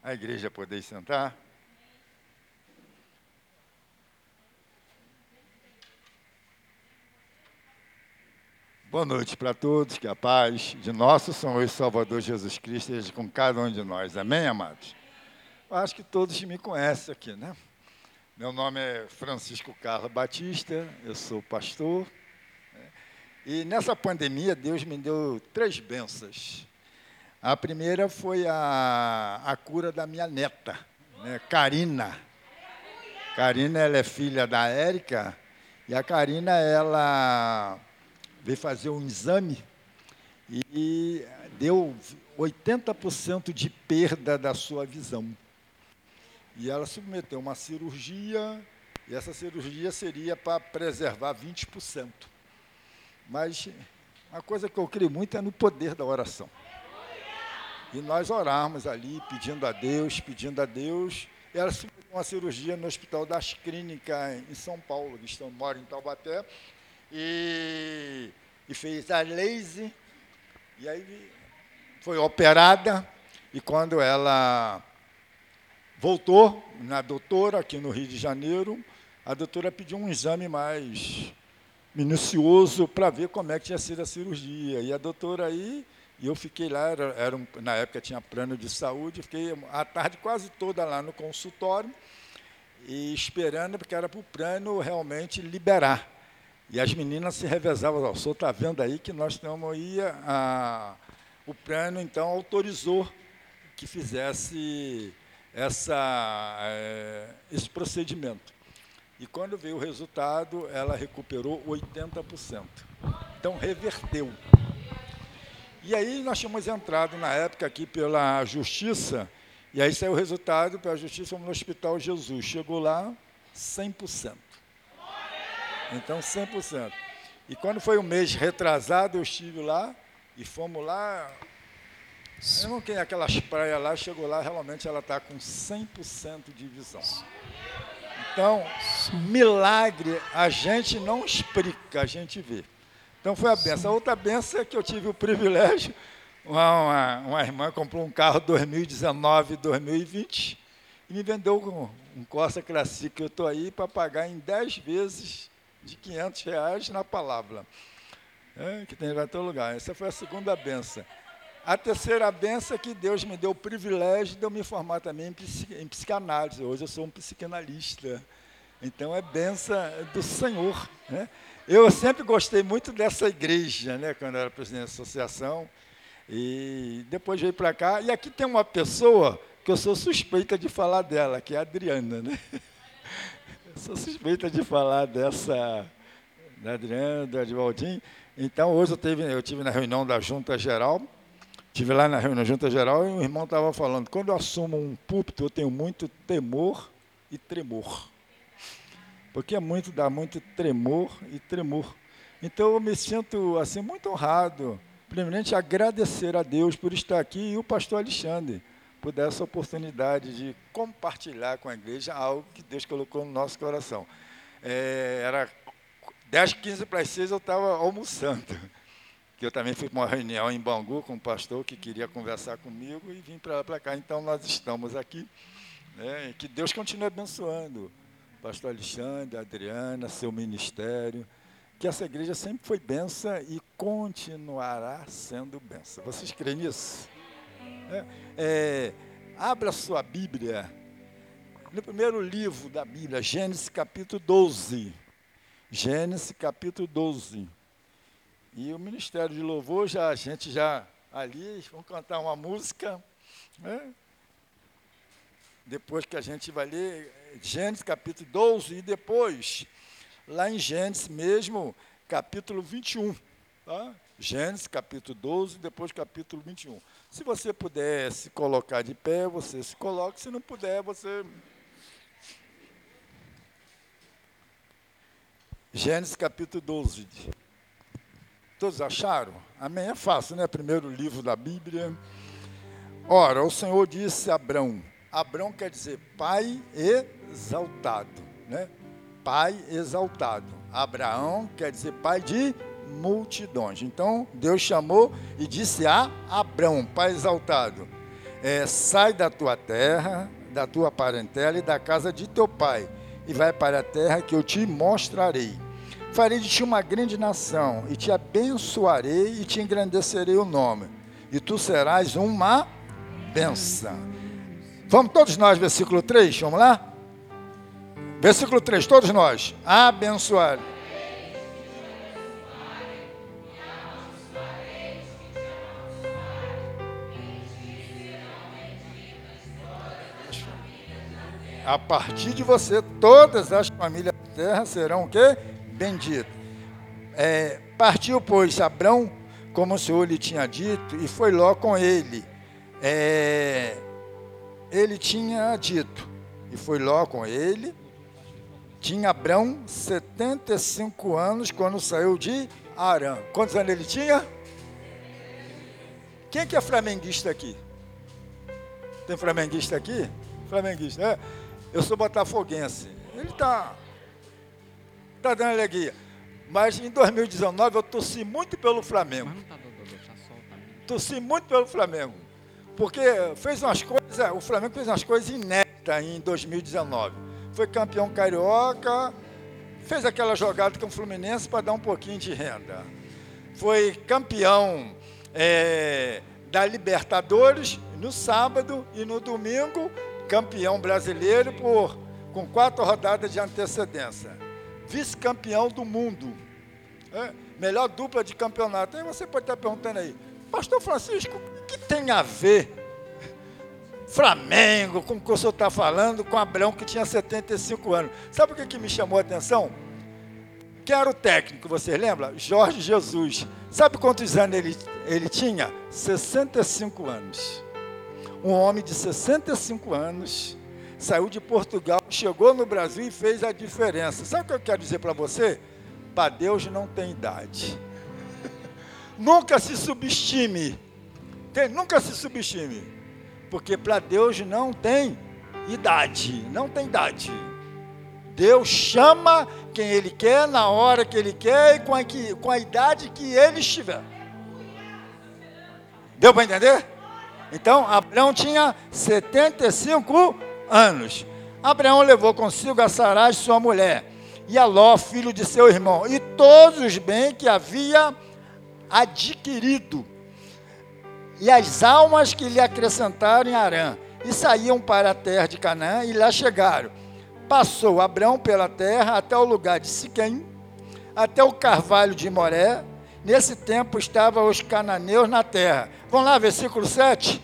A igreja poder sentar. Boa noite para todos, que a paz de nosso Senhor e Salvador Jesus Cristo esteja com cada um de nós. Amém, amados? Eu acho que todos me conhecem aqui, né? Meu nome é Francisco Carlos Batista, eu sou pastor. E nessa pandemia, Deus me deu 3 bênçãos. A primeira foi a cura da minha neta, né? Karina. Karina, ela é filha da Érica, e a Karina, ela veio fazer um exame e deu 80% de perda da sua visão. E ela submeteu uma cirurgia, e essa cirurgia seria para preservar 20%. Mas uma coisa que eu creio muito é no poder da oração. E nós orarmos ali, pedindo a Deus, e ela submeteu uma cirurgia no Hospital das Clínicas em São Paulo, que mora em Taubaté, e fez a laser, e aí foi operada, e quando ela voltou na doutora, aqui no Rio de Janeiro, a doutora pediu um exame mais minucioso para ver como é que tinha sido a cirurgia. E a doutora aí, e eu fiquei lá, na época tinha plano de saúde, fiquei a tarde quase toda lá no consultório, e esperando, porque era para o plano realmente liberar. E as meninas se revezavam, o senhor está vendo aí que nós estamos aí, o plano, então, autorizou que fizesse esse procedimento. E quando veio o resultado, ela recuperou 80%. Então, reverteu. E aí nós tínhamos entrado, na época, aqui pela Justiça, e aí saiu o resultado pela Justiça, fomos no Hospital Jesus. Chegou lá, 100%. Então, 100%. E quando foi um mês retrasado, eu estive lá, e fomos lá, eu não tenho aquelas praias lá, chegou lá, realmente ela está com 100% de visão. Então, milagre a gente não explica, a gente vê. Então foi a benção. A outra benção é que eu tive o privilégio, uma irmã comprou um carro 2019, 2020, e me vendeu um Corsa Classic, que eu estou aí para pagar em 10 vezes de R$500 na palavra, que tem em todo lugar. Essa foi a segunda benção. A terceira benção é que Deus me deu o privilégio de eu me formar também em psicanálise. Hoje eu sou um psicanalista. Então é benção do Senhor, né? Eu sempre gostei muito dessa igreja, né, quando eu era presidente da associação, e depois veio para cá. E aqui tem uma pessoa que eu sou suspeita de falar dela, que é a Adriana, né? Eu sou suspeita de falar da Adriana, do Edvaldinho. Então hoje eu tive na reunião da Junta Geral. Estive lá na reunião da Junta Geral e o irmão estava falando, quando eu assumo um púlpito, eu tenho muito temor e tremor. Porque dá muito tremor e tremor. Então, eu me sinto assim, muito honrado, primeiramente, agradecer a Deus por estar aqui e o pastor Alexandre, por dar essa oportunidade de compartilhar com a igreja algo que Deus colocou no nosso coração. Era 10h15 para as 6, eu estava almoçando. Que eu também fui para uma reunião em Bangu com um pastor que queria conversar comigo e vim para cá. Então, nós estamos aqui, né? Que Deus continue abençoando o pastor Alexandre, a Adriana, seu ministério, que essa igreja sempre foi benção e continuará sendo benção. Vocês creem nisso? Abra sua Bíblia, no primeiro livro da Bíblia, Gênesis capítulo 12. Gênesis capítulo 12. E o Ministério de Louvor, a gente já ali, vamos cantar uma música, né? Depois que a gente vai ler Gênesis capítulo 12, e depois, lá em Gênesis mesmo, capítulo 21. Tá? Gênesis capítulo 12, depois capítulo 21. Se você puder se colocar de pé, você se coloca, se não puder, você... Gênesis capítulo 12. Todos acharam? Amém? É fácil, né? Primeiro livro da Bíblia. Ora, o Senhor disse a Abrão. Abrão quer dizer pai exaltado, né? Pai exaltado. Abraão quer dizer pai de multidões. Então, Deus chamou e disse a Abrão, pai exaltado. sai da tua terra, da tua parentela e da casa de teu pai, e vai para a terra que eu te mostrarei. Farei de ti uma grande nação, e te abençoarei e te engrandecerei o nome, e tu serás uma bênção. Vamos todos nós, versículo 3, vamos lá? Versículo 3, todos nós. Abençoar. A partir de você, todas as famílias da terra serão o quê? Benditas. Partiu, pois, Abrão, como o Senhor lhe tinha dito, e foi Ló com ele. Ele tinha dito, e foi Ló com ele. Tinha Abrão 75 anos quando saiu de Harã. Quantos anos ele tinha? Quem que é flamenguista aqui? Tem flamenguista aqui? Flamenguista, Eu sou botafoguense. Ele está dando alegria. Mas em 2019 eu torci muito pelo Flamengo. Torci muito pelo Flamengo. Porque fez umas coisas, o Flamengo fez umas coisas inéditas em 2019. Foi campeão carioca, fez aquela jogada com o Fluminense para dar um pouquinho de renda. Foi campeão da Libertadores no sábado e no domingo, campeão brasileiro com 4 rodadas de antecedência. Vice-campeão do mundo. Melhor dupla de campeonato. Aí você pode estar perguntando aí, Pastor Francisco, o que tem a ver Flamengo, com o que o senhor está falando, com Abrão, que tinha 75 anos? Sabe o que me chamou a atenção? Quem era o técnico, você lembra? Jorge Jesus. Sabe quantos anos ele tinha? 65 anos. Um homem de 65 anos, saiu de Portugal, chegou no Brasil e fez a diferença. Sabe o que eu quero dizer para você? Para Deus não tem idade. Nunca se subestime. Nunca se subestime. Porque para Deus não tem idade. Não tem idade. Deus chama quem Ele quer, na hora que Ele quer e com a idade que Ele estiver. Deu para entender? Então, Abraão tinha 75 anos. Abraão levou consigo a Sarai, sua mulher, e a Ló, filho de seu irmão, e todos os bens que havia adquirido, e as almas que lhe acrescentaram em Harã, e saíam para a terra de Canaã, e lá chegaram. Passou Abrão pela terra até o lugar de Siquém, até o carvalho de Moré. Nesse tempo estavam os cananeus na terra. Vamos lá, versículo 7.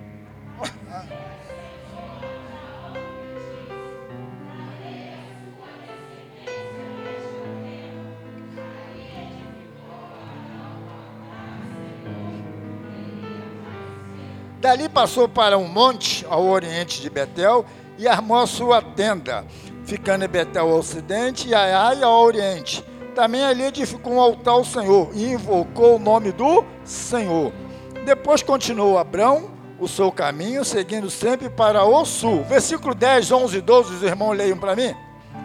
Dali passou para um monte ao oriente de Betel e armou a sua tenda, ficando em Betel ao ocidente e Ai ao oriente. Também ali edificou um altar ao Senhor e invocou o nome do Senhor. Depois continuou Abrão o seu caminho, seguindo sempre para o sul. Versículo 10, 11 e 12, os irmãos leiam para mim.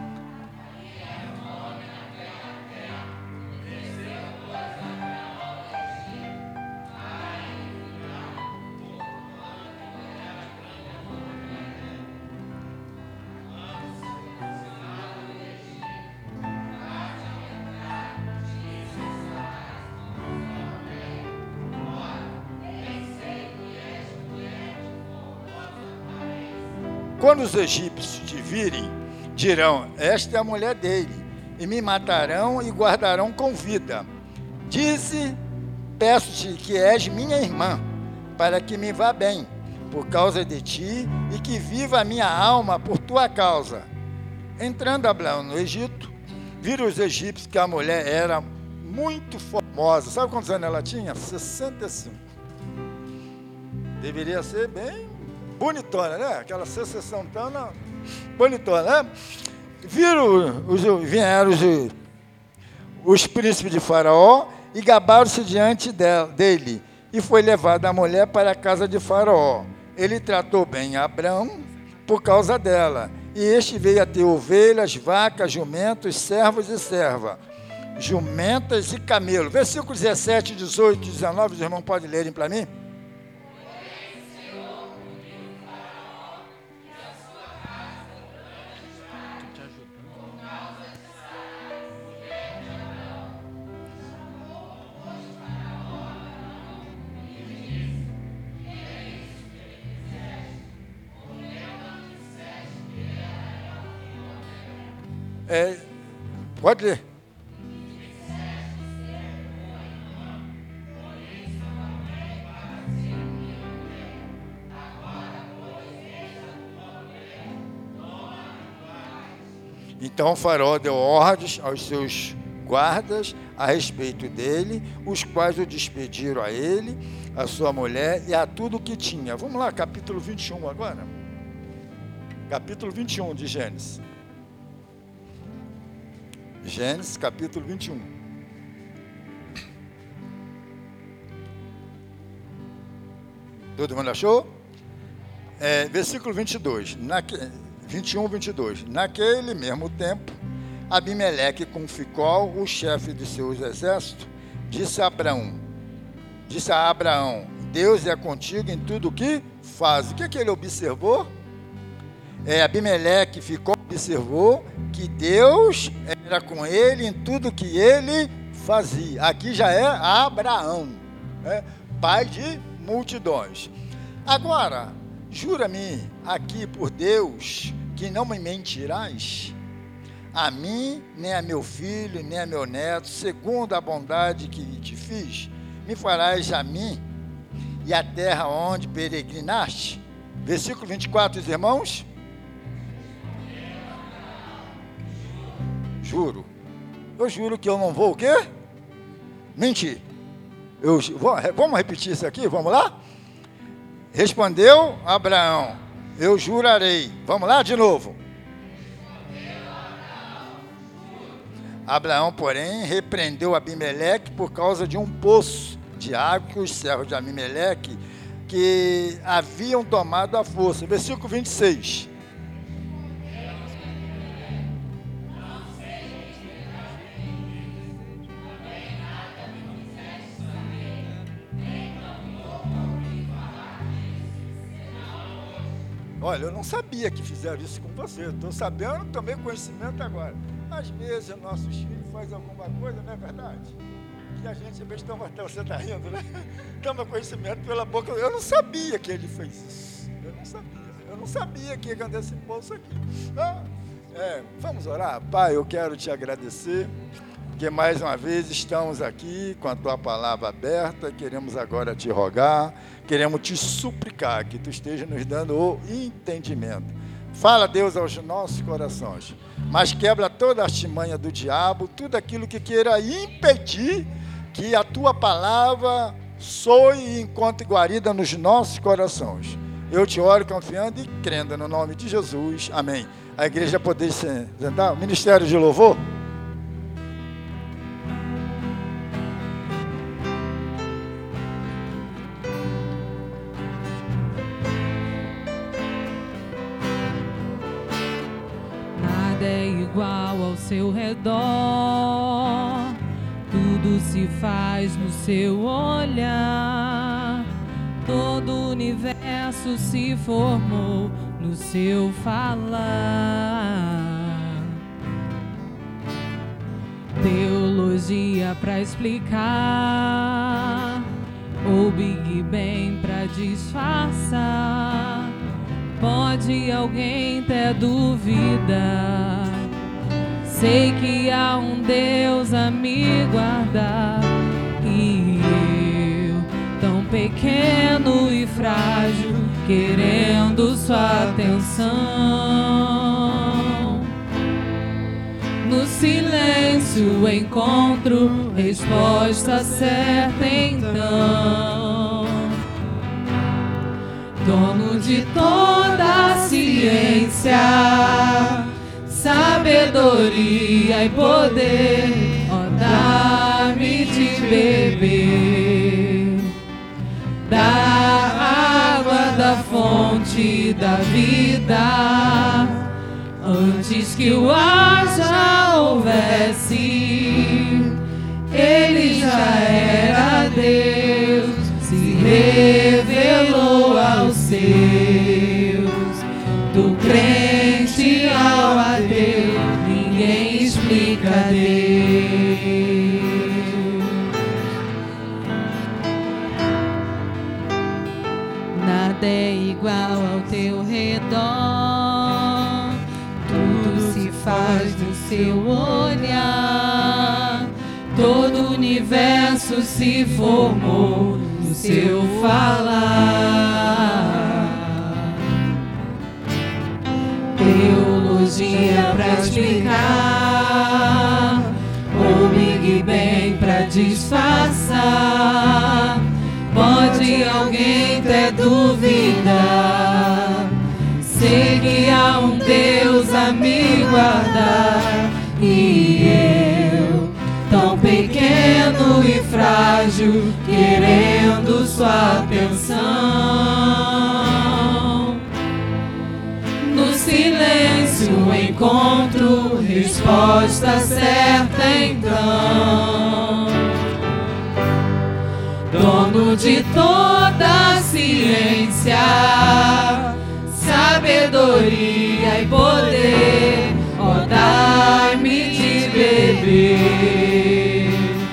Quando os egípcios te virem, dirão, esta é a mulher dele, e me matarão e guardarão com vida. Dize, peço-te que és minha irmã, para que me vá bem, por causa de ti, e que viva a minha alma por tua causa. Entrando Abraão no Egito, viram os egípcios que a mulher era muito formosa. Sabe quantos anos ela tinha? 65. Deveria ser bem bonitona, né? Aquela sensação tão bonitona, né? Vieram os príncipes de Faraó e gabaram-se diante dele. E foi levada a mulher para a casa de Faraó. Ele tratou bem Abrão por causa dela. E este veio a ter ovelhas, vacas, jumentos, servos e serva, jumentas e camelo. Versículos 17, 18 e 19, os irmãos podem lerem para mim? Pode ler. Então o faraó deu ordens aos seus guardas a respeito dele, os quais o despediram a ele, a sua mulher e a tudo o que tinha. Vamos lá, capítulo 21 agora. Capítulo 21 de Gênesis. Gênesis, capítulo 21. Todo mundo achou? Versículo 22. 21, 22. Naquele mesmo tempo, Abimeleque com Ficol, o chefe de seus exércitos, disse a Abraão, Deus é contigo em tudo o que faz. O que ele observou? Abimeleque observou que Deus era com ele em tudo que ele fazia. Aqui já é Abraão, pai de multidões. Agora, jura-me aqui por Deus que não me mentirás, a mim, nem a meu filho, nem a meu neto, segundo a bondade que te fiz, me farás a mim e a terra onde peregrinaste. Versículo 24, os irmãos. Eu juro que eu não vou o quê? Mentir. Vamos repetir isso aqui, vamos lá? Respondeu Abraão, eu jurarei. Vamos lá de novo. Abraão, porém, repreendeu Abimeleque por causa de um poço de água que os servos de Abimeleque que haviam tomado à força. Versículo 26. Olha, eu não sabia que fizeram isso com você. Estou sabendo, tomei conhecimento agora. Às vezes, nossos filhos fazem alguma coisa, não é verdade? Que a gente, às vezes, você está rindo, né? Toma conhecimento pela boca. Eu não sabia que ele fez isso. Eu não sabia que ia ganhar esse bolso aqui. Vamos orar? Pai, eu quero te agradecer, porque mais uma vez estamos aqui com a tua palavra aberta. Queremos agora te rogar, queremos te suplicar que tu esteja nos dando o entendimento. Fala, Deus, aos nossos corações, mas quebra toda a artimanha do diabo, tudo aquilo que queira impedir que a tua palavra soe e encontre guarida nos nossos corações. Eu te oro confiando e crendo no nome de Jesus. Amém. A igreja poder se sentar. Ministério de louvor. É igual ao seu redor, tudo se faz no seu olhar, todo o universo se formou no seu falar. Teologia pra explicar, ou Big Bang pra disfarçar. Pode alguém ter dúvida? Sei que há um Deus a me guardar, e eu, tão pequeno e frágil, querendo sua atenção. No silêncio encontro resposta certa então. Dono de toda a ciência, sabedoria e poder, ó, dá-me de beber da água da fonte da vida, antes que o ar já houvesse, ele já era Deus, se revelou aos seus, do crente ao ateu, ninguém explica Deus. Nada é igual ao teu redor, tudo se faz no seu olhar, todo o universo se formou no seu falar. Teologia pra explicar, ou Big Bang pra disfarçar. Pode alguém até duvidar, sei que há um Deus a me guardar. E eu, tão pequeno e frágil, querendo sua atenção. No silêncio encontro resposta certa então. Dono de toda a ciência, sabedoria e poder, ó, dai-me de beber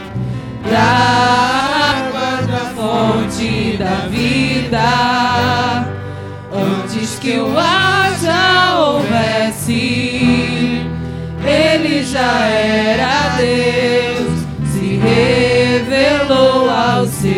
da água da fonte da vida. Antes que o ar já houvesse, ele já era Deus, se revelou aos seus,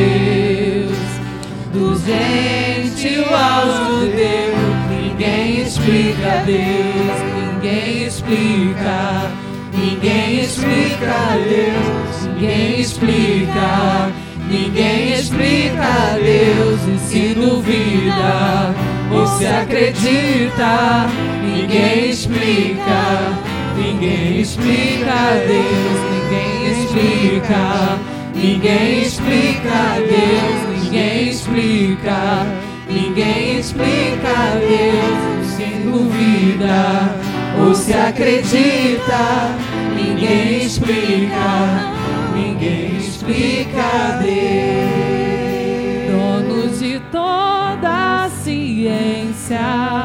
do gentil ao judeu. Ninguém explica Deus, ninguém explica, ninguém explica Deus, ninguém explica, ninguém explica Deus. E se duvida ou se acredita, ninguém explica, ninguém explica Deus, ninguém explica, ninguém explica Deus, ninguém explica, ninguém explica Deus. Se duvida ou se acredita, ninguém explica, ninguém explica Deus. Dono de toda a ciência,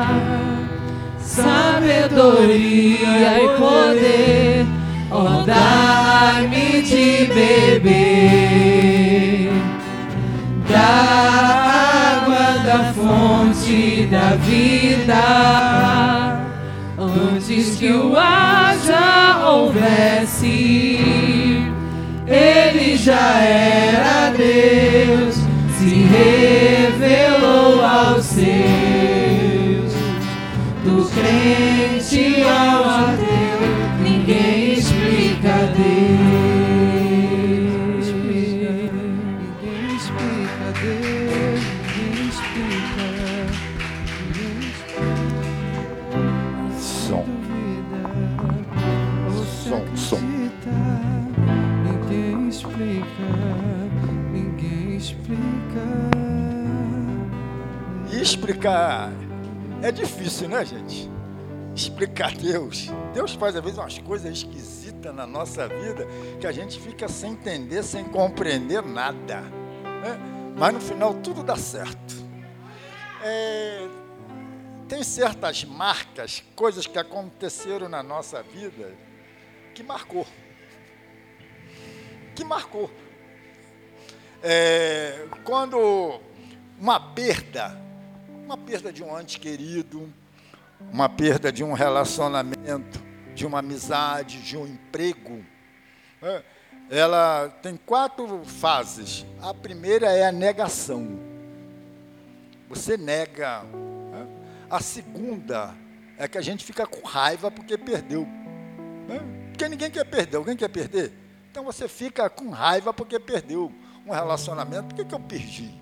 sabedoria e poder, ó, dai-me de beber da água da fonte da vida. Antes que o ar já houvesse, ele já era Deus, se revelou aos seus, do crente ao ateu. Ninguém explica Deus, ninguém explica Deus, ninguém explica, ninguém explica. Som. Som. Ninguém explica, ninguém explica. E explicar é difícil, né, gente? Explicar Deus. Deus faz, às vezes, umas coisas esquisitas na nossa vida que a gente fica sem entender, sem compreender nada, né? Mas no final tudo dá certo. Tem certas marcas, coisas que aconteceram na nossa vida que marcou. Quando uma perda de um ente querido, uma perda de um relacionamento, de uma amizade, de um emprego, né? Ela tem 4 fases. A primeira é a negação. Você nega, né? A segunda é que a gente fica com raiva porque perdeu, né? Porque ninguém quer perder. Alguém quer perder? Então você fica com raiva porque perdeu um relacionamento. Por que eu perdi?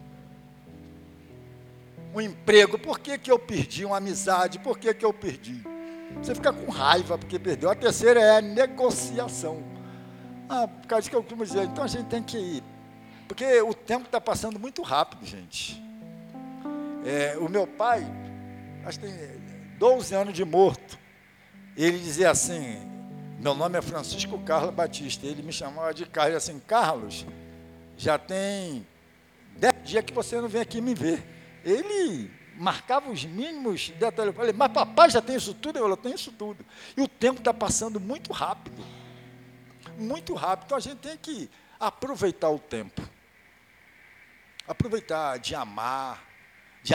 Um emprego, por que eu perdi? Uma amizade, por que eu perdi? Você fica com raiva porque perdeu. A terceira é a negociação. Por causa disso que eu costumo dizer, então a gente tem que ir. Porque o tempo está passando muito rápido, gente. O meu pai, acho que tem 12 anos de morto. Ele dizia assim, meu nome é Francisco Carlos Batista, ele me chamava de Carlos, assim, Carlos, já tem 10 dias que você não vem aqui me ver. Ele marcava os mínimos detalhes. Eu falei, mas papai já tem isso tudo? Eu tenho isso tudo. E o tempo está passando muito rápido. Muito rápido. Então a gente tem que aproveitar o tempo. Aproveitar de amar, de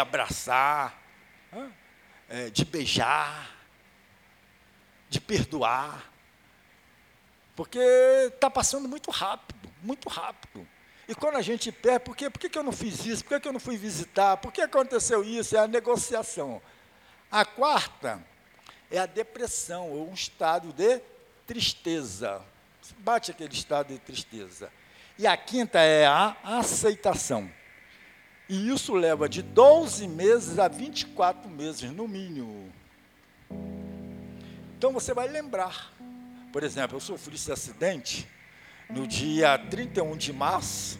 abraçar, de beijar, de perdoar. Porque está passando muito rápido, muito rápido. E quando a gente perde, por que eu não fiz isso? Por que eu não fui visitar? Por que aconteceu isso? É a negociação. A quarta é a depressão, ou um estado de tristeza. Bate aquele estado de tristeza. E a quinta é a aceitação. E isso leva de 12 meses a 24 meses, no mínimo. Então você vai lembrar. Por exemplo, eu sofri esse acidente no dia 31 de março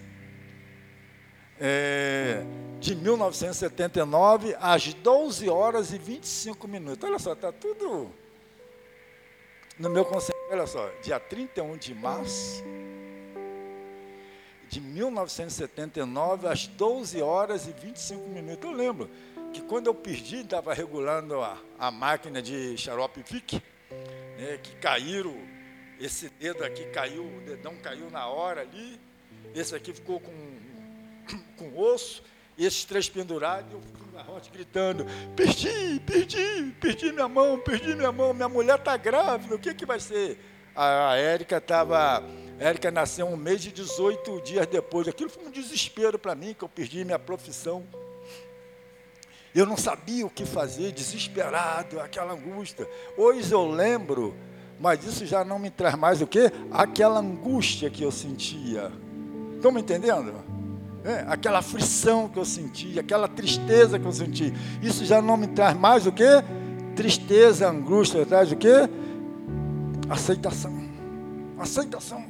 de 1979, às 12 horas e 25 minutos. Olha só, está tudo no meu conceito. Olha só, dia 31 de março de 1979, às 12 horas e 25 minutos. Eu lembro que quando eu perdi, estava regulando a máquina de xarope Vick, né, que caíram, esse dedo aqui caiu, o dedão caiu na hora ali, esse aqui ficou com osso, e esses três pendurados, eu fui no garrote gritando, perdi minha mão, minha mulher está grávida, o que vai ser? A Érica nasceu 1 mês e 18 dias depois. Aquilo foi um desespero para mim, que eu perdi minha profissão. Eu não sabia o que fazer, desesperado, aquela angústia. Hoje eu lembro, mas isso já não me traz mais o quê? Aquela angústia que eu sentia. Estão me entendendo? Aquela aflição que eu sentia, aquela tristeza que eu senti. Isso já não me traz mais o quê? Tristeza, angústia, traz o quê? Aceitação. Aceitação.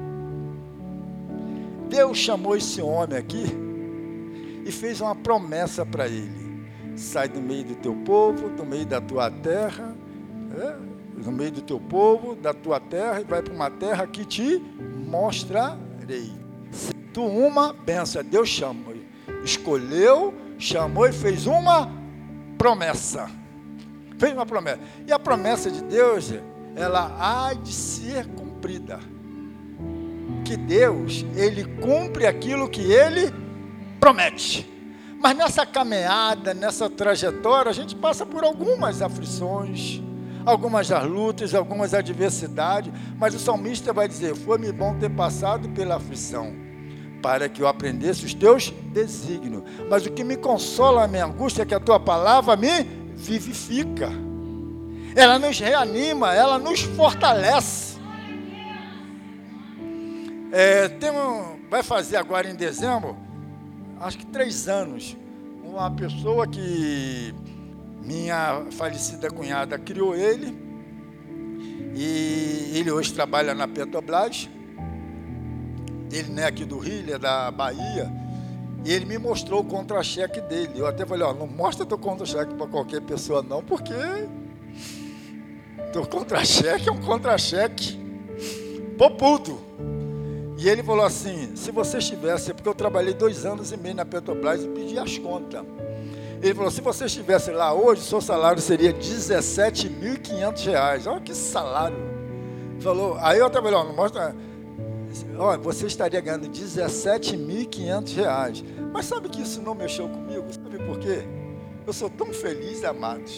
Deus chamou esse homem aqui e fez uma promessa para ele. Sai do meio do teu povo, do meio da tua terra, do meio do teu povo, da tua terra, e vai para uma terra que te mostrarei. Se tu uma bênção, Deus chamou, escolheu, chamou e fez uma promessa. Fez uma promessa. E a promessa de Deus, ela há de ser cumprida. Que Deus, Ele cumpre aquilo que Ele promete. Mas nessa caminhada, nessa trajetória, a gente passa por algumas aflições, algumas lutas, algumas adversidades, mas o salmista vai dizer, foi-me bom ter passado pela aflição, para que eu aprendesse os teus desígnios. Mas o que me consola a minha angústia é que a tua palavra me vivifica. Ela nos reanima, ela nos fortalece. Vai fazer agora em dezembro, acho que 3 anos, uma pessoa que minha falecida cunhada criou ele, e ele hoje trabalha na Petrobras. Ele não é aqui do Rio, ele é da Bahia, e ele me mostrou o contra-cheque dele. Eu até falei, não mostra teu contra-cheque para qualquer pessoa não, porque teu contra-cheque é um contra-cheque popudo. E ele falou assim, se você estivesse, porque eu trabalhei 2 anos e meio na Petrobras e pedi as contas. Ele falou, se você estivesse lá hoje, seu salário seria R$17.500. Olha que salário. Falou, aí eu trabalhei, não mostra, você estaria ganhando R$17.500. Mas sabe que isso não mexeu comigo? Sabe por quê? Eu sou tão feliz, amados,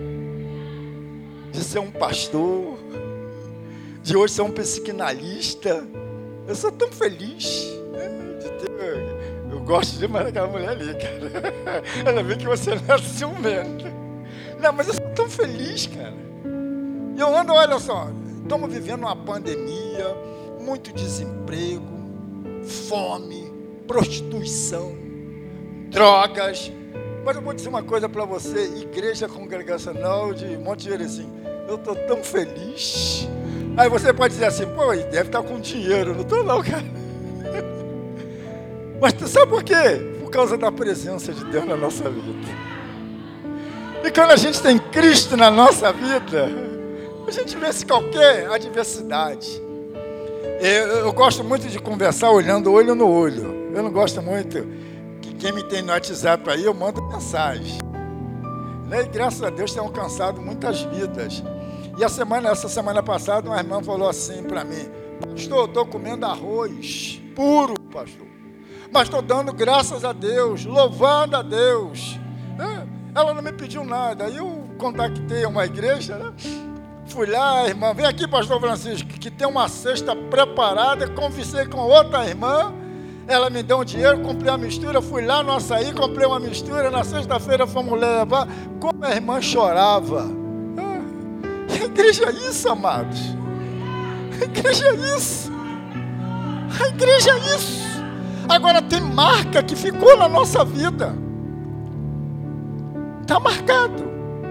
de ser um pastor, de hoje ser um psicanalista. Eu sou tão feliz, de ter. Eu gosto demais daquela mulher ali, cara. Ela vê que você não é ciumento. Não, mas eu sou tão feliz, cara. E eu ando, olha só, estamos vivendo uma pandemia, muito desemprego, fome, prostituição, drogas. Mas eu vou dizer uma coisa para você, igreja congregacional de Monte Jerezinho, eu estou tão feliz. Aí você pode dizer assim, pô, deve estar com dinheiro. Não estou não, cara. Mas tu sabe por quê? Por causa da presença de Deus na nossa vida. E quando a gente tem Cristo na nossa vida, a gente vence qualquer adversidade. Eu gosto muito de conversar olhando olho no olho. Eu não gosto muito que quem me tem no WhatsApp aí, eu mando mensagem. E graças a Deus tem alcançado muitas vidas. E essa semana passada, uma irmã falou assim para mim, pastor, estou comendo arroz puro, pastor. Mas estou dando graças a Deus, louvando a Deus. Ela não me pediu nada. Aí eu contactei uma igreja, né? Fui lá, irmã, vem aqui, pastor Francisco, que tem uma cesta preparada, conversei com outra irmã, ela me deu um dinheiro, comprei a mistura, fui lá no açaí, comprei uma mistura, na sexta-feira fomos levar, como a irmã chorava. A igreja é isso, amados. A igreja é isso. A igreja é isso. Agora tem marca que ficou na nossa vida. Está marcado.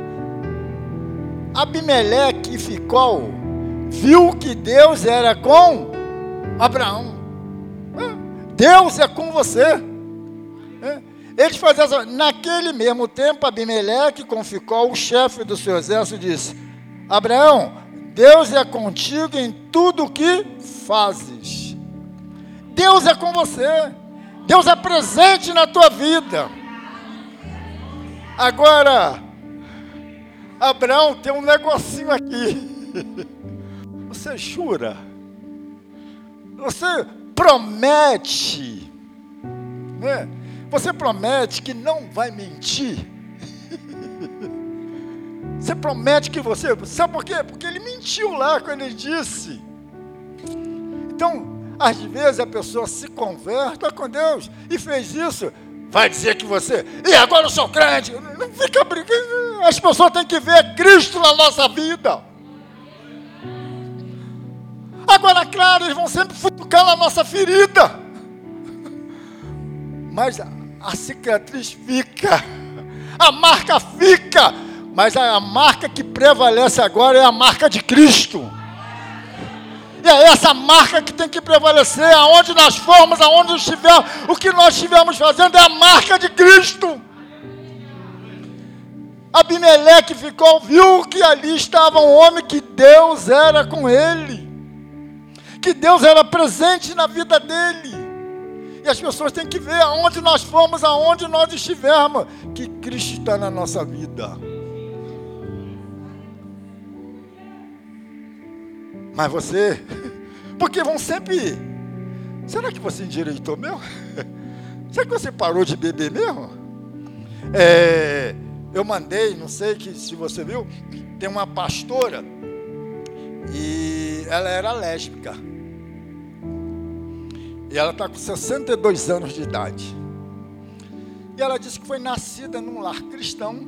Abimeleque e Ficol viu que Deus era com Abraão. Deus é com você. Eles faziam assim. Naquele mesmo tempo, Abimeleque com Ficol, o chefe do seu exército, disse: Abraão, Deus é contigo em tudo o que fazes. Deus é com você. Deus é presente na tua vida. Agora, Abraão, tem um negocinho aqui. Você jura? Você promete, né? Você promete que não vai mentir. Você promete que você... Sabe por quê? Porque ele mentiu lá quando ele disse. Então, às vezes a pessoa se converta com Deus e fez isso. Vai dizer que você... E agora eu sou crente. Não fica brincando. As pessoas têm que ver Cristo na nossa vida. Agora, claro, eles vão sempre futucar na nossa ferida. Mas a cicatriz fica. A marca fica. Mas a marca que prevalece agora é a marca de Cristo. E é essa marca que tem que prevalecer. Aonde nós formos, aonde estivermos, o que nós estivermos fazendo é a marca de Cristo. Abimeleque viu que ali estava um homem que Deus era com ele. Que Deus era presente na vida dele. E as pessoas têm que ver aonde nós formos, aonde nós estivermos, que Cristo está na nossa vida. Mas você, porque vão sempre... Será que você endireitou mesmo? Será que você parou de beber mesmo? Eu mandei, não sei se você viu, tem uma pastora e ela era lésbica. E ela está com 62 anos de idade. E ela disse que foi nascida num lar cristão.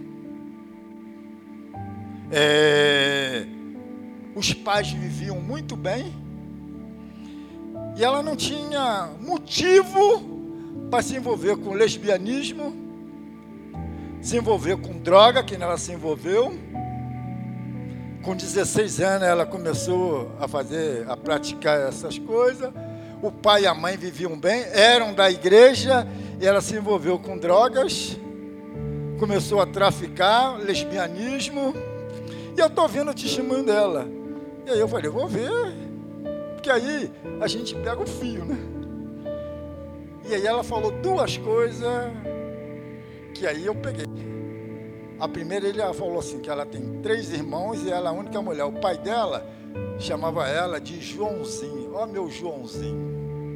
Os pais viviam muito bem. E ela não tinha motivo para se envolver com lesbianismo, se envolver com droga, que ela se envolveu. Com 16 anos ela começou a praticar essas coisas. O pai e a mãe viviam bem, eram da igreja, e ela se envolveu com drogas, começou a traficar, lesbianismo, e eu estou vendo o testemunho dela. E aí eu falei, vou ver, porque aí a gente pega o fio, né? E aí ela falou duas coisas, que aí eu peguei. A primeira, ele falou assim, que ela tem 3 irmãos e ela é a única mulher. O pai dela chamava ela de Joãozinho. Ó, meu Joãozinho.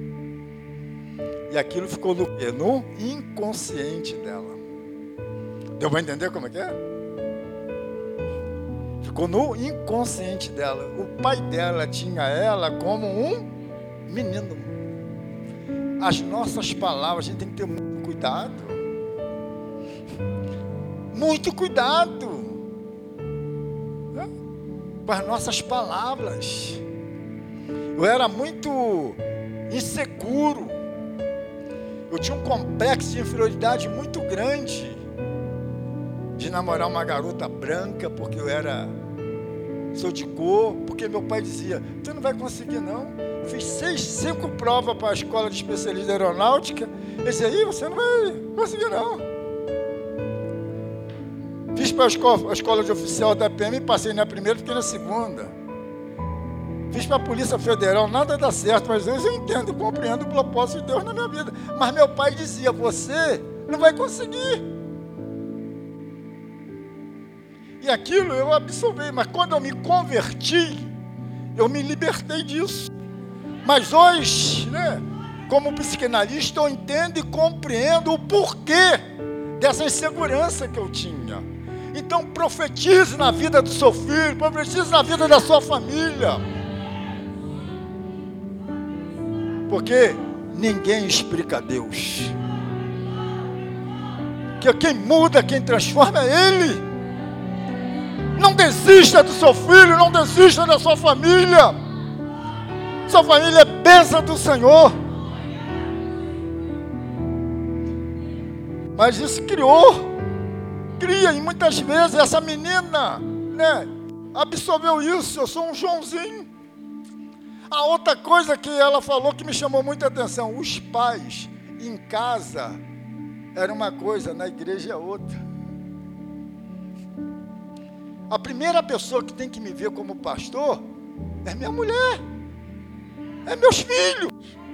E aquilo ficou no quê? No inconsciente dela. Deu para entender como é que é? Ficou no inconsciente dela. O pai dela tinha ela como um menino. As nossas palavras, a gente tem que ter muito cuidado. Muito cuidado, né? Com as nossas palavras. Eu era muito inseguro. Eu tinha um complexo de inferioridade muito grande de namorar uma garota branca, porque sou de cor, porque meu pai dizia, tu não vai conseguir não. Fiz 5 provas para a escola de especialista de aeronáutica. Ele dizia, aí você não vai conseguir não. Fiz para a escola de oficial da PM, passei na primeira, fiquei na segunda. Fiz para a Polícia Federal, nada dá certo, mas eu entendo e compreendo o propósito de Deus na minha vida. Mas meu pai dizia, você não vai conseguir. E aquilo eu absorvi, mas quando eu me converti, eu me libertei disso. Mas hoje, né, como psicanalista, eu entendo e compreendo o porquê dessa insegurança que eu tinha. Então profetize na vida do seu filho, profetize na vida da sua família. Porque ninguém explica Deus. Que quem muda, quem transforma é Ele. Não desista do seu filho, não desista da sua família. Sua família é bênção do Senhor. Mas isso cria, e muitas vezes essa menina, né, absorveu isso. Eu sou um Joãozinho. A outra coisa que ela falou que me chamou muita atenção: os pais em casa era uma coisa, na igreja é outra. A primeira pessoa que tem que me ver como pastor é minha mulher, é meus filhos.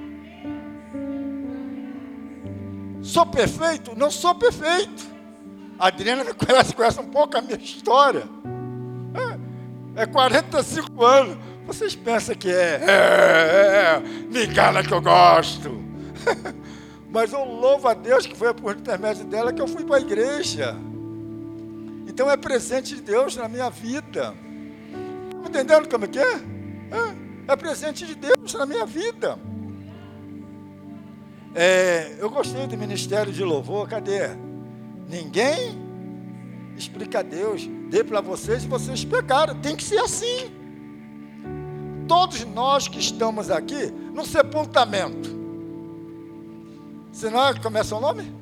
Sou perfeito? Não sou perfeito. A Adriana conhece um pouco a minha história. É 45 anos. Vocês pensam que me engana que eu gosto. Mas eu louvo a Deus que foi por intermédio dela que eu fui para a igreja. Então é presente de Deus na minha vida. Estão entendendo como é que é? É presente de Deus na minha vida. Eu gostei do ministério de louvor. Cadê? Ninguém explica Deus. Dei para vocês e vocês pegaram. Tem que ser assim. Todos nós que estamos aqui no sepultamento. Senão, como é seu nome?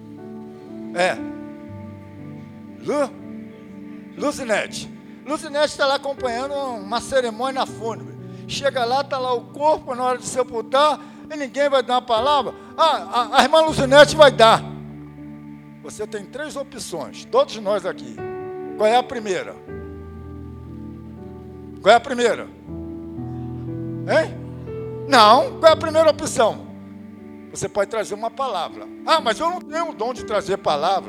Luzinete. Luzinete está lá acompanhando uma cerimônia fúnebre. Chega lá, está lá o corpo na hora de sepultar e ninguém vai dar uma palavra. A irmã Luzinete vai dar. Você tem 3 opções, todos nós aqui. Qual é a primeira? Qual é a primeira? Hein? Não, qual é a primeira opção? Você pode trazer uma palavra. Mas eu não tenho o dom de trazer palavra.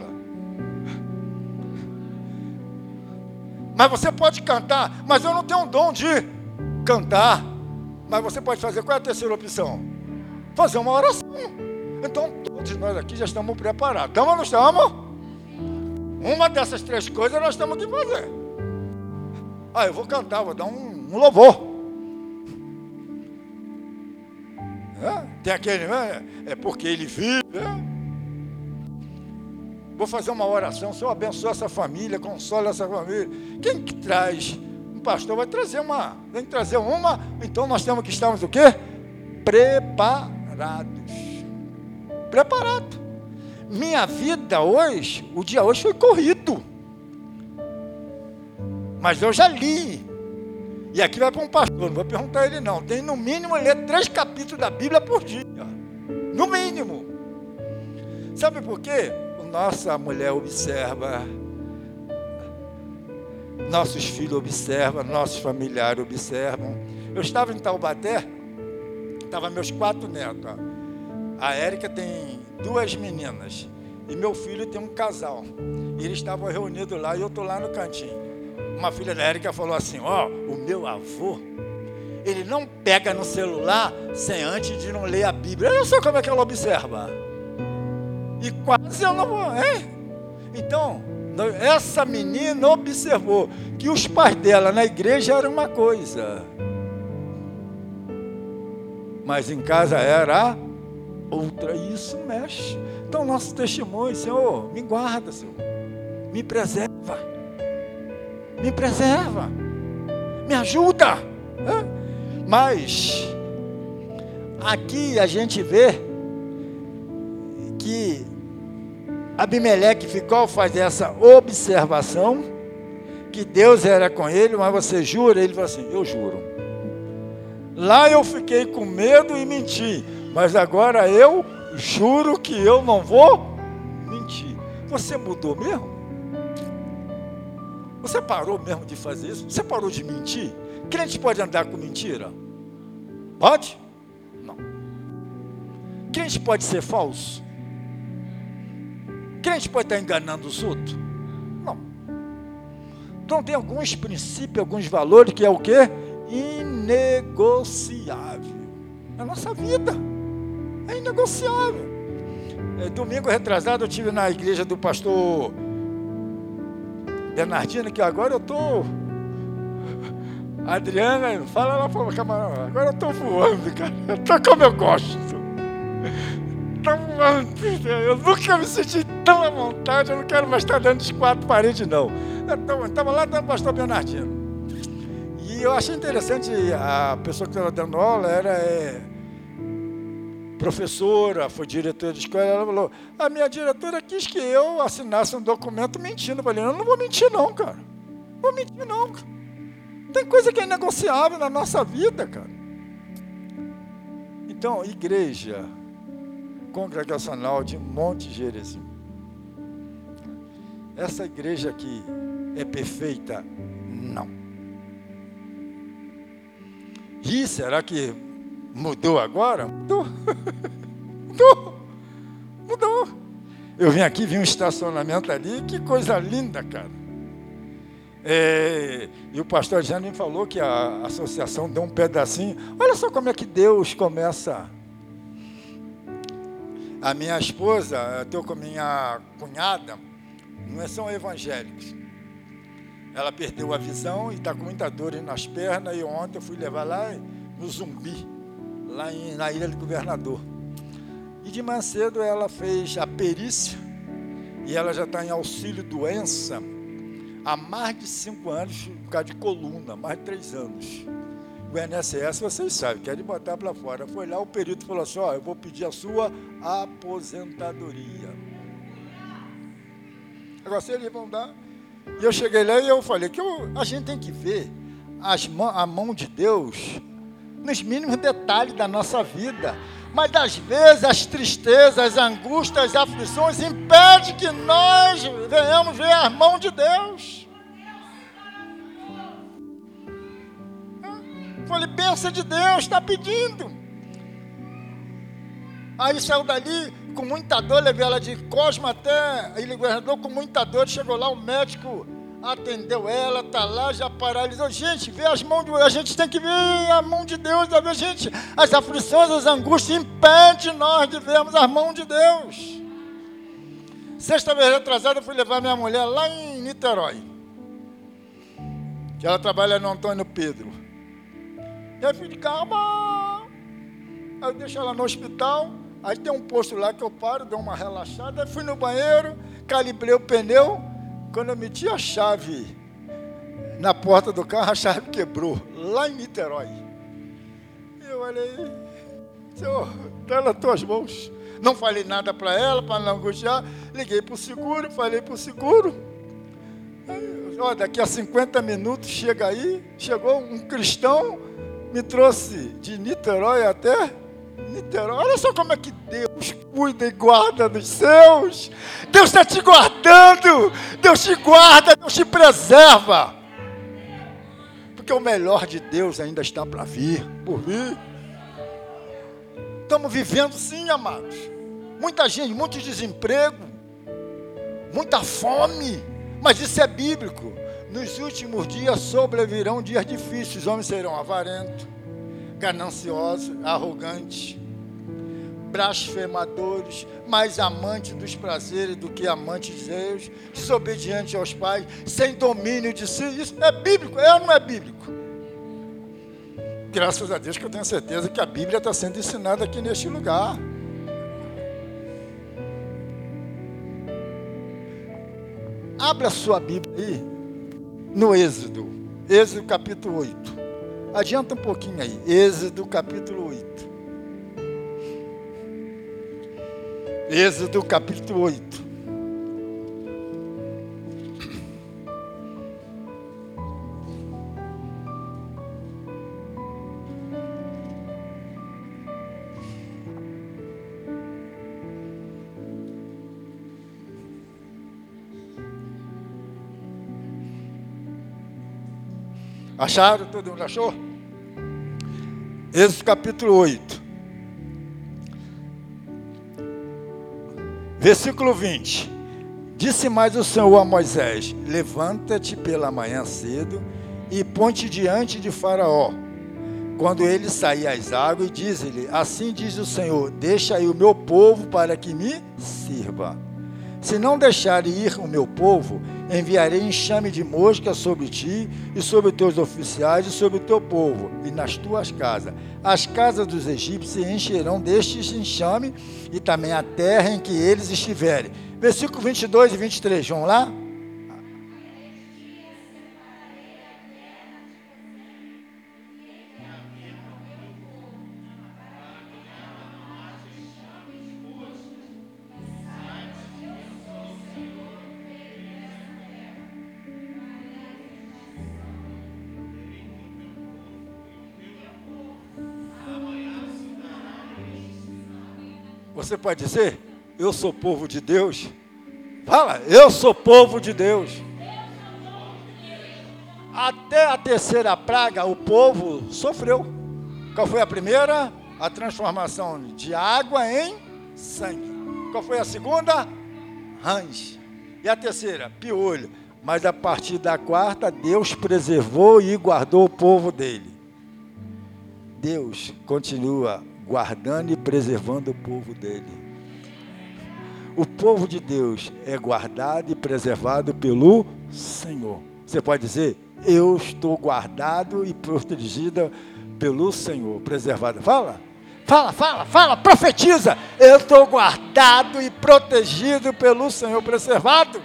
Mas você pode cantar. Mas eu não tenho o dom de cantar. Mas você pode fazer. Qual é a terceira opção? Fazer uma oração. Então todos nós aqui já estamos preparados. Estamos ou não estamos? Uma dessas 3 coisas nós temos que fazer. Eu vou cantar, vou dar um louvor. Tem aquele, é porque ele vive. Vou fazer uma oração. Senhor, abençoa essa família, consola essa família. Quem que traz? Um pastor vai trazer uma. Tem que trazer uma. Então nós temos que estarmos o quê? Preparados. Preparado. Minha vida hoje, o dia hoje foi corrido. Mas eu já li. E aqui vai para um pastor, não vou perguntar a ele não. Tem no mínimo ler 3 capítulos da Bíblia por dia. No mínimo. Sabe por quê? Nossa mulher observa, nossos filhos observam, nossos familiares observam. Eu estava em Taubaté, estavam meus 4 netos. A Érica tem 2 meninas e meu filho tem um casal. E eles estavam reunidos lá e eu estou lá no cantinho. Uma filha da Érica falou assim: o meu avô, ele não pega no celular sem antes de não ler a Bíblia. Olha só como é que ela observa. E quase eu não vou, Então, essa menina observou que os pais dela na igreja eram uma coisa, mas em casa era outra, e isso mexe. Então, nosso testemunho: Senhor, me guarda, Senhor, me preserva, me ajuda. Mas aqui a gente vê que Abimeleque ficou a fazer essa observação, que Deus era com ele. Mas você jura? Ele falou assim: eu juro. Lá eu fiquei com medo e menti, mas agora eu juro que eu não vou mentir. Você mudou mesmo? Você parou mesmo de fazer isso? Você parou de mentir? Crente pode andar com mentira? Pode? Não. Crente pode ser falso? Crente pode estar enganando os outros? Não. Então tem alguns princípios, alguns valores que é o quê? Inegociável. Na nossa vida é inegociável. Domingo retrasado eu estive na igreja do pastor Bernardino, que agora eu estou... Adriana, fala lá para o camarão, agora eu estou voando, cara. Eu estou como eu gosto. Estou voando. Eu nunca me senti tão à vontade, eu não quero mais estar dentro de 4 paredes, não. Eu estava lá dentro do pastor Bernardino. E eu achei interessante, a pessoa que estava dando aula era professora, foi diretora de escola. Ela falou, a minha diretora quis que eu assinasse um documento mentindo. Eu falei, eu não vou mentir não, cara. Não vou mentir não, cara. Tem coisa que é negociável na nossa vida, cara. Então, igreja congregacional de Monte Gerizim. Essa igreja aqui é perfeita? Não. E será que mudou agora? Mudou. Mudou. Eu vim aqui, vi um estacionamento ali, que coisa linda, cara. E o pastor Jânio me falou que a associação deu um pedacinho. Olha só como é que Deus começa. A minha esposa, eu estou com a minha cunhada, não são evangélicos. Ela perdeu a visão e está com muita dor nas pernas. E ontem eu fui levar lá no Zumbi, lá na Ilha do Governador. E de manhã cedo ela fez a perícia e ela já está em auxílio doença há mais de 5 anos, por causa de coluna, mais de 3 anos. O INSS, vocês sabem, quer botar para fora. Foi lá, o perito falou assim, eu vou pedir a sua aposentadoria. Agora, se eles vão dar... E eu cheguei lá e eu falei que a gente tem que ver a mão de Deus nos mínimos detalhes da nossa vida. Mas, às vezes, as tristezas, as angústias, as aflições impedem que nós venhamos ver a mão de Deus. Falei, bênção de Deus, está pedindo. Aí saiu dali com muita dor, levei ela de Cosmo até a Ilha do Governador com muita dor. Chegou lá, o médico atendeu ela, está lá, já paralisou. Gente, vê as mãos de Deus, a gente tem que ver a mão de Deus, gente. As aflições, as angústias impedem nós de vermos as mãos de Deus. Sexta-feira atrasada, eu fui levar minha mulher lá em Niterói, que ela trabalha no Antônio Pedro. E aí eu fui de calma. Aí eu deixo ela no hospital. Aí tem um posto lá que eu paro, dou uma relaxada. Aí fui no banheiro, calibrei o pneu. Quando eu meti a chave na porta do carro, a chave quebrou, lá em Niterói. E eu falei, Senhor, está nas tuas mãos. Não falei nada para ela, para não angustiar. Liguei para o seguro, falei para o seguro. Daqui a 50 minutos chega aí, chegou um cristão, me trouxe de Niterói até Niterói. Olha só como é que Deus cuida e guarda dos seus. Deus está te guardando. Deus te guarda, Deus te preserva. Porque o melhor de Deus ainda está para vir, por vir. Estamos vivendo sim, amados. Muita gente, muito desemprego, muita fome. Mas isso é bíblico. Nos últimos dias sobrevirão dias difíceis. Os homens serão avarentos, gananciosos, arrogantes, blasfemadores, mais amantes dos prazeres do que amantes de Deus, desobedientes aos pais, sem domínio de si. Isso é bíblico, é ou não é bíblico? Graças a Deus que eu tenho certeza que a Bíblia está sendo ensinada aqui neste lugar. Abra a sua Bíblia aí, no Êxodo capítulo 8. Adianta um pouquinho aí, Êxodo capítulo 8. Êxodo capítulo 8. Acharam? Todo mundo achou? Êxodo capítulo 8. Versículo 20. Disse mais o Senhor a Moisés: levanta-te pela manhã cedo e põe-te diante de Faraó, quando ele sair às águas, e diz-lhe: assim diz o Senhor, deixa aí o meu povo para que me sirva. Se não deixar ir o meu povo, enviarei enxame de mosca sobre ti e sobre os teus oficiais e sobre o teu povo e nas tuas casas. As casas dos egípcios se encherão deste enxame e também a terra em que eles estiverem. Versículo 22 e 23, vamos lá? Você pode dizer, eu sou povo de Deus? Fala, eu sou povo de Deus. Até a terceira praga, o povo sofreu. Qual foi a primeira? A transformação de água em sangue. Qual foi a segunda? Rãs. E a terceira? Piolho. Mas a partir da quarta, Deus preservou e guardou o povo dele. Deus continua guardando e preservando o povo dele. O povo de Deus é guardado e preservado pelo Senhor. Você pode dizer, eu estou guardado e protegida pelo Senhor, preservado. Fala, profetiza. Eu estou guardado e protegido pelo Senhor, preservado.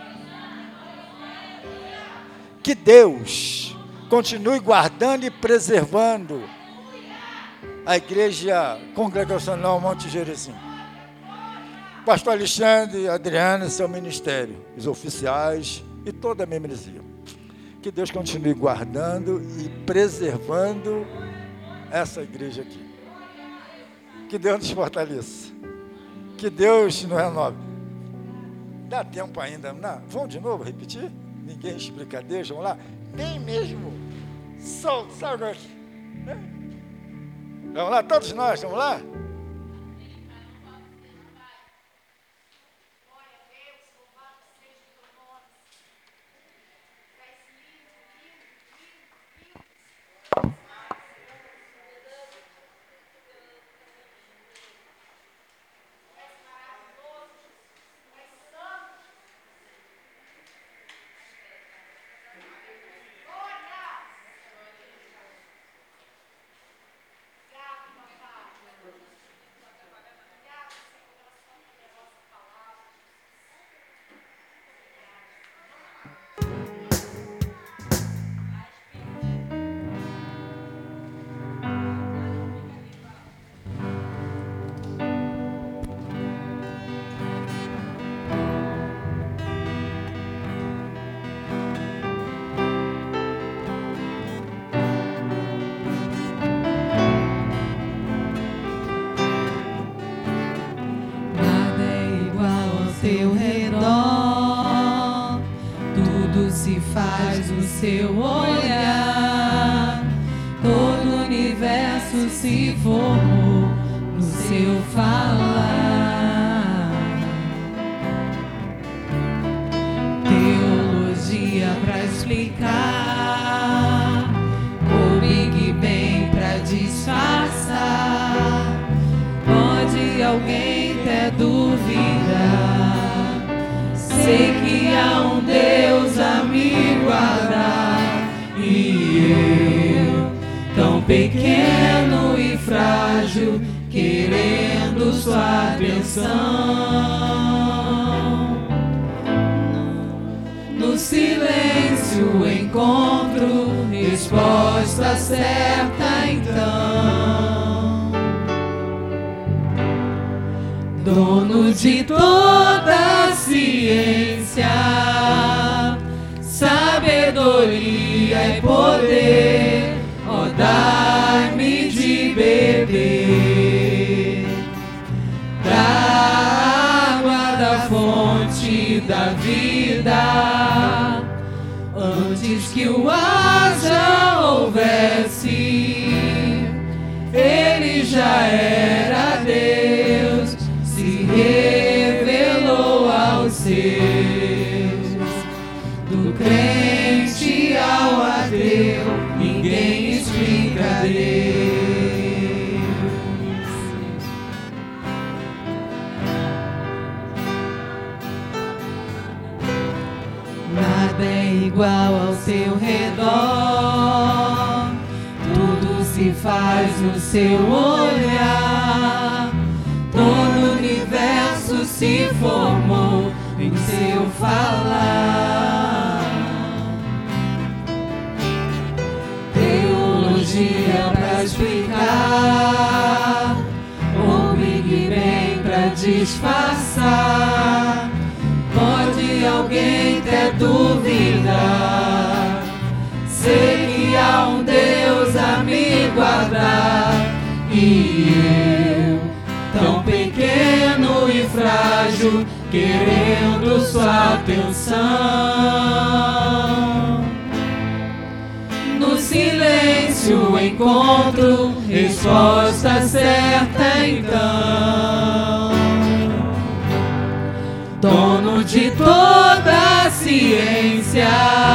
Que Deus continue guardando e preservando a Igreja Congregacional Monte Gerizim. Pastor Alexandre e Adriana, seu ministério, os oficiais e toda a membresia. Que Deus continue guardando e preservando essa igreja aqui. Que Deus nos fortaleça. Que Deus nos renove. Dá tempo ainda, não? Vamos de novo repetir? Ninguém explica Deus, vamos lá? Nem mesmo solto, sabe aqui? Vamos lá, todos nós, vamos lá? Faz o seu olhar, todo o universo se formou no seu falar. Teologia pra explicar, o Big Bang pra disfarçar. Pode alguém até duvidar, sei que há um Deus a me guardar, e eu, tão pequeno e frágil, querendo sua atenção. No silêncio encontro resposta certa então. Dono de toda a ciência, sabedoria e poder, ó, dai-me de beber da água da fonte da vida, antes que o ar já houvesse, ele já era Deus, se revelou aos seus. Do crente ao ateu, ninguém explica Deus. igual ao seu redor. Tudo se faz no seu olhar. Todo o universo se formou em seu falar. Teologia pra explicar, o Big Bang pra disfarçar. Pode alguém até duvidar, sei que há um Deus a me guardar. E eu, tão pequeno e frágil, querendo sua atenção. No silêncio encontro resposta certa então. Dono de toda a ciência,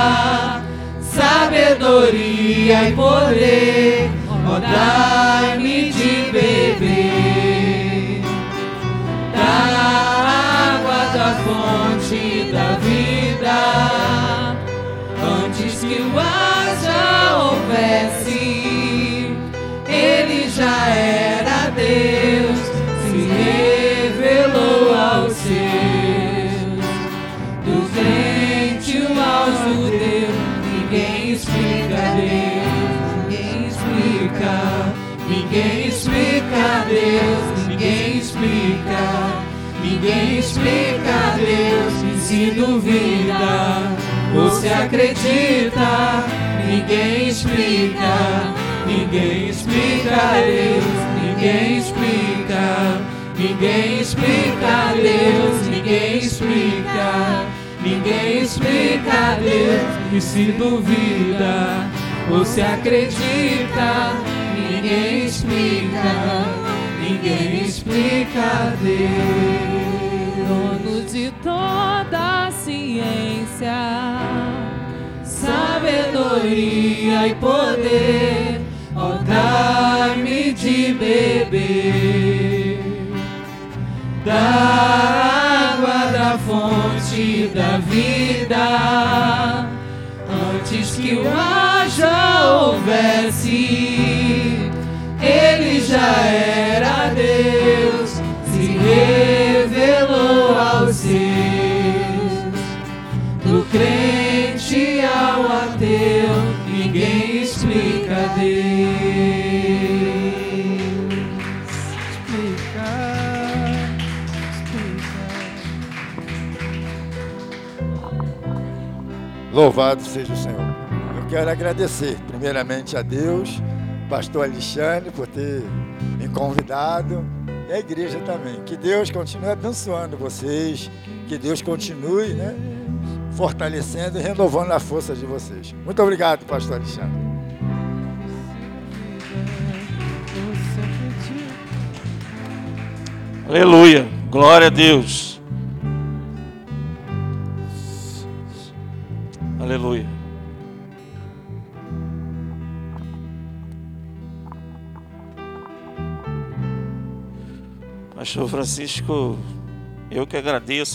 sabedoria e poder, ó, dai-me de beber da água da fonte da vida. Antes que o ar já houvesse, ele já era Deus, se revelou aos seus. Do crente aos judeus, ninguém explica Deus, ninguém explica. Ninguém explica Deus, ninguém explica. Ninguém explica Deus, e se duvida, você acredita. Ninguém explica, ninguém explica Deus, ninguém explica. Ninguém explica Deus, ninguém explica. Ninguém explica Deus, e se duvida, você acredita. Ninguém explica, ninguém explica Deus. Dono de toda a ciência, sabedoria e poder, ó, dai-me de beber da água da fonte da vida. Antes que o ar já houvesse, ele já era Deus, se revelou aos seus. Do crente ao ateu, ninguém explica Deus. Louvado seja o Senhor. Eu quero agradecer primeiramente a Deus, pastor Alexandre, por ter me convidado, e a igreja também. Que Deus continue abençoando vocês, que Deus continue, né, fortalecendo e renovando a força de vocês. Muito obrigado, pastor Alexandre. Aleluia, glória a Deus. Aleluia. Pastor Francisco, eu que agradeço.